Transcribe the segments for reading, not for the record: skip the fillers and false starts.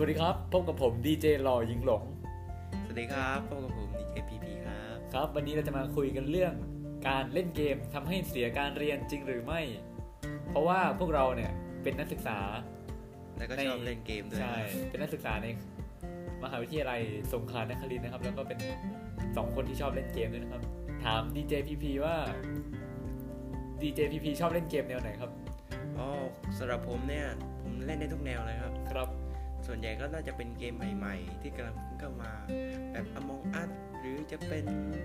วัสดีครับพบกับผมดีเจหล่อยิงหลงสวัสดีครับพบกับผมดีเจพีพีครับครับวันนี้เราจะมาคุยกันเรื่องการเล่นเกมทำให้เสียการเรียนจริงหรือไม่เพราะว่าพวกเราเนี่ยเป็นนักศึกษาแล้วก็ชอบเล่นเกมด้วยใช่เป็นนักศึกษาในมหาวิทยาลัยสงขลานครินทร์นะครับแล้วก็เป็น2คนที่ชอบเล่นเกมด้วยนะครับถามดีเจพีพีว่าดีเจพีพีชอบเล่นเกมแนวไหนครับสำหรับผมเนี่ยผมเล่นได้ทุกแนวเลยครับครับส่วนใหญ่ก็น่าจะเป็นเกมใหม่ๆที่กำลังเข้ามาแบบ Among Us หรือจะเป็น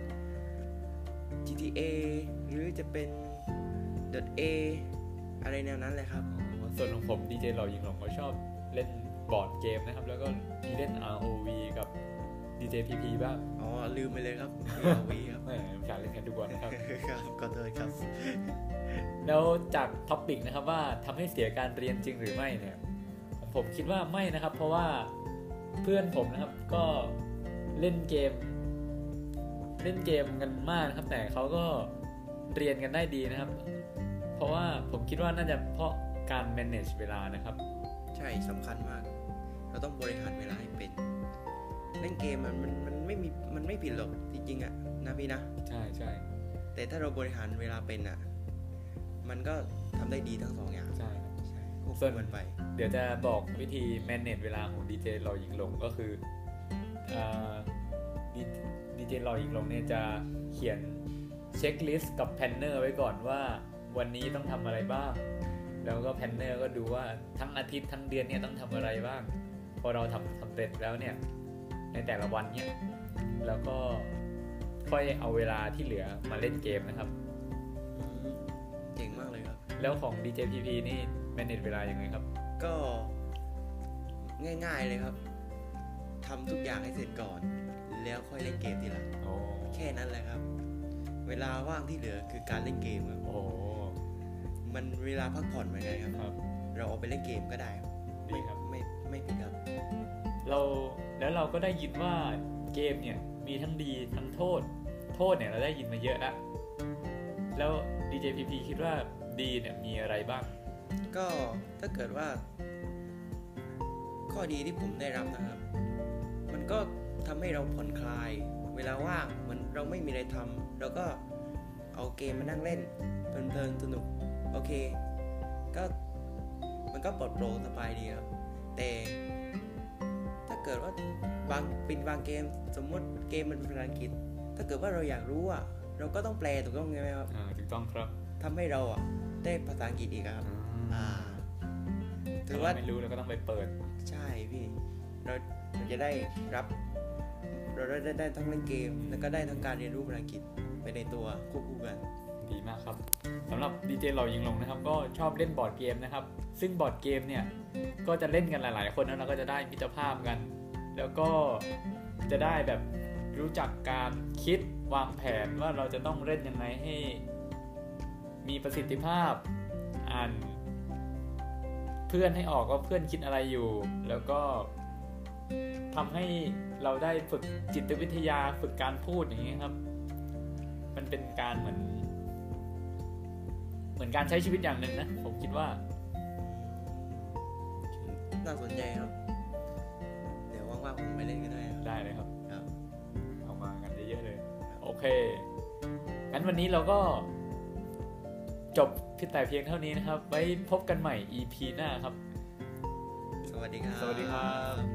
GTA หรือจะเป็น .A อะไรแนวนั้นเลยครับส่วนของผมดีเจหล่อยิงหลงก็ชอบเล่นบอร์ดเกมนะครับแล้วก็มีเล่น ROV กับ DJ PP บ้างลืมไปเลยครับ ROV ครับไม่การเล่นกันทุกวันนะครับครับขอโทษครับแล้วจากท็อปิกนะครับว่าทำให้เสียการเรียนจริงหรือไม่เนี่ยผมคิดว่าไม่นะครับเพราะว่าเพื่อนผมนะครับก็เล่นเกมกันมากนะครับแต่เขาก็เรียนกันได้ดีนะครับเพราะว่าผมคิดว่าน่าจะเพราะการ manage เวลานะครับใช่สำคัญมากเราต้องบริหารเวลาให้เป็นเล่นเกมมันไม่ผิดหรอกจริงๆอ่ะนะพี่นะใช่ใช่แต่ถ้าเราบริหารเวลาเป็นอ่ะมันก็ทำได้ดีทั้งสองอย่างใช่ควบคู่กันไปเดี๋ยวจะบอกวิธี manage เวลาของดีเจหล่อยิงหลงก็คือดีเจหล่อยิงหลงเนี่ยจะเขียนเช็คลิสต์กับแพลนเนอร์ไว้ก่อนว่าวันนี้ต้องทำอะไรบ้างแล้วก็แพลนเนอร์ก็ดูว่าทั้งอาทิตย์ทั้งเดือนเนี่ยต้องทำอะไรบ้างพอเราทำเสร็จแล้วเนี่ยในแต่ละวันเนี่ยแล้วก็ค่อยเอาเวลาที่เหลือมาเล่นเกมนะครับเจ๋งมากเลยครับแล้วของ DJPP นี่ manage เวลายังไงครับก็ง่ายๆเลยครับทำทุกอย่างให้เสร็จก่อนแล้วค่อยเล่นเกมทีหลังแค่นั้นแหละครับเวลาว่างที่เหลือคือการเล่นเกมครับมันเวลาพักผ่อนเหมือนกันครับเราเอาไปเล่นเกมก็ได้ดีครับไม่ผิดครับแล้วเราก็ได้ยินว่าเกมเนี่ยมีทั้งดีทั้งโทษเนี่ยเราได้ยินมาเยอะแล้ว DJPP คิดว่าดีเนี่ยมีอะไรบ้างก็ถ้าเกิดว่าข้อดีที่ผมได้รับนะครับมันก็ทำให้เราผ่อนคลายเวลาว่างมันเราไม่มีอะไรทำเราก็เอาเกมมานั่งเล่นเพลินๆสนุกโอเคก็มันก็ปลอดโปร่งสบายดีครับแต่ถ้าเกิดว่าบางเกมสมมติเกมมันเป็นภาษาอังกฤษถ้าเกิดว่าเราอยากรู้เราก็ต้องแปลถูกต้องไหมครับถูกต้องครับทำให้เราได้ภาษาอังกฤษอีกครับถือว่าไม่รู้เราก็ต้องไปเปิดใช่พี่เราจะได้รับเราได้ทั้งเล่นเกมแล้วก็ได้ทั้งการเรียนรู้ภาษาอังกฤษไปในตัวควบคู่กันดีมากครับสำหรับดีเจหล่อยิงหลงนะครับก็ชอบเล่นบอร์ดเกมนะครับซึ่งบอร์ดเกมเนี่ยก็จะเล่นกันหลายๆคนแล้วเราก็จะได้มิตรภาพกันแล้วก็จะได้แบบรู้จักการคิดวางแผนว่าเราจะต้องเล่นยังไงให้มีประสิทธิภาพอ่านเพื่อนให้ออกว่าเพื่อนคิดอะไรอยู่แล้วก็ทำให้เราได้ฝึกจิตวิทยาฝึกการพูดอย่างนี้ครับมันเป็นการเหมือนการใช้ชีวิตอย่างหนึ่งนะผมคิดว่าน่าสนใจครับเดี๋ยวว่างๆผมไปเล่นกันได้เลยครับเอามากันเยอะๆเลยโอเคงั้นวันนี้เราก็จบแต่เพียงเท่านี้นะครับไว้พบกันใหม่ EP หน้าครับสวัสดีครับสวัสดีครับ